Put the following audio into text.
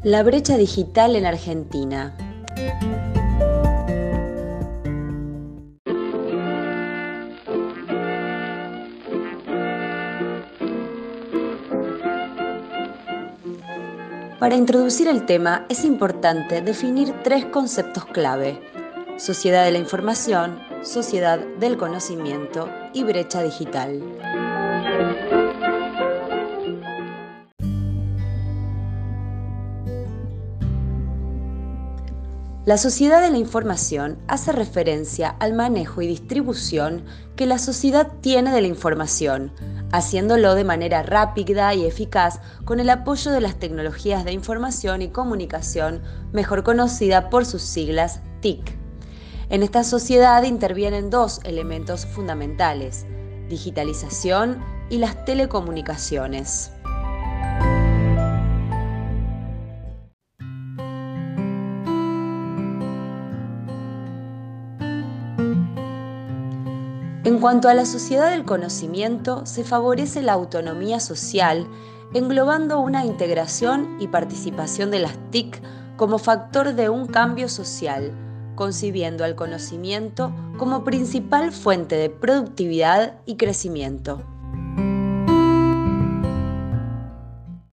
La brecha digital en Argentina. Para introducir el tema es importante definir tres conceptos clave: sociedad de la información, sociedad del conocimiento y brecha digital. La sociedad de la información hace referencia al manejo y distribución que la sociedad tiene de la información, haciéndolo de manera rápida y eficaz con el apoyo de las tecnologías de información y comunicación, mejor conocida por sus siglas TIC. En esta sociedad intervienen dos elementos fundamentales: digitalización y las telecomunicaciones. En cuanto a la sociedad del conocimiento, se favorece la autonomía social, englobando una integración y participación de las TIC como factor de un cambio social, concibiendo al conocimiento como principal fuente de productividad y crecimiento.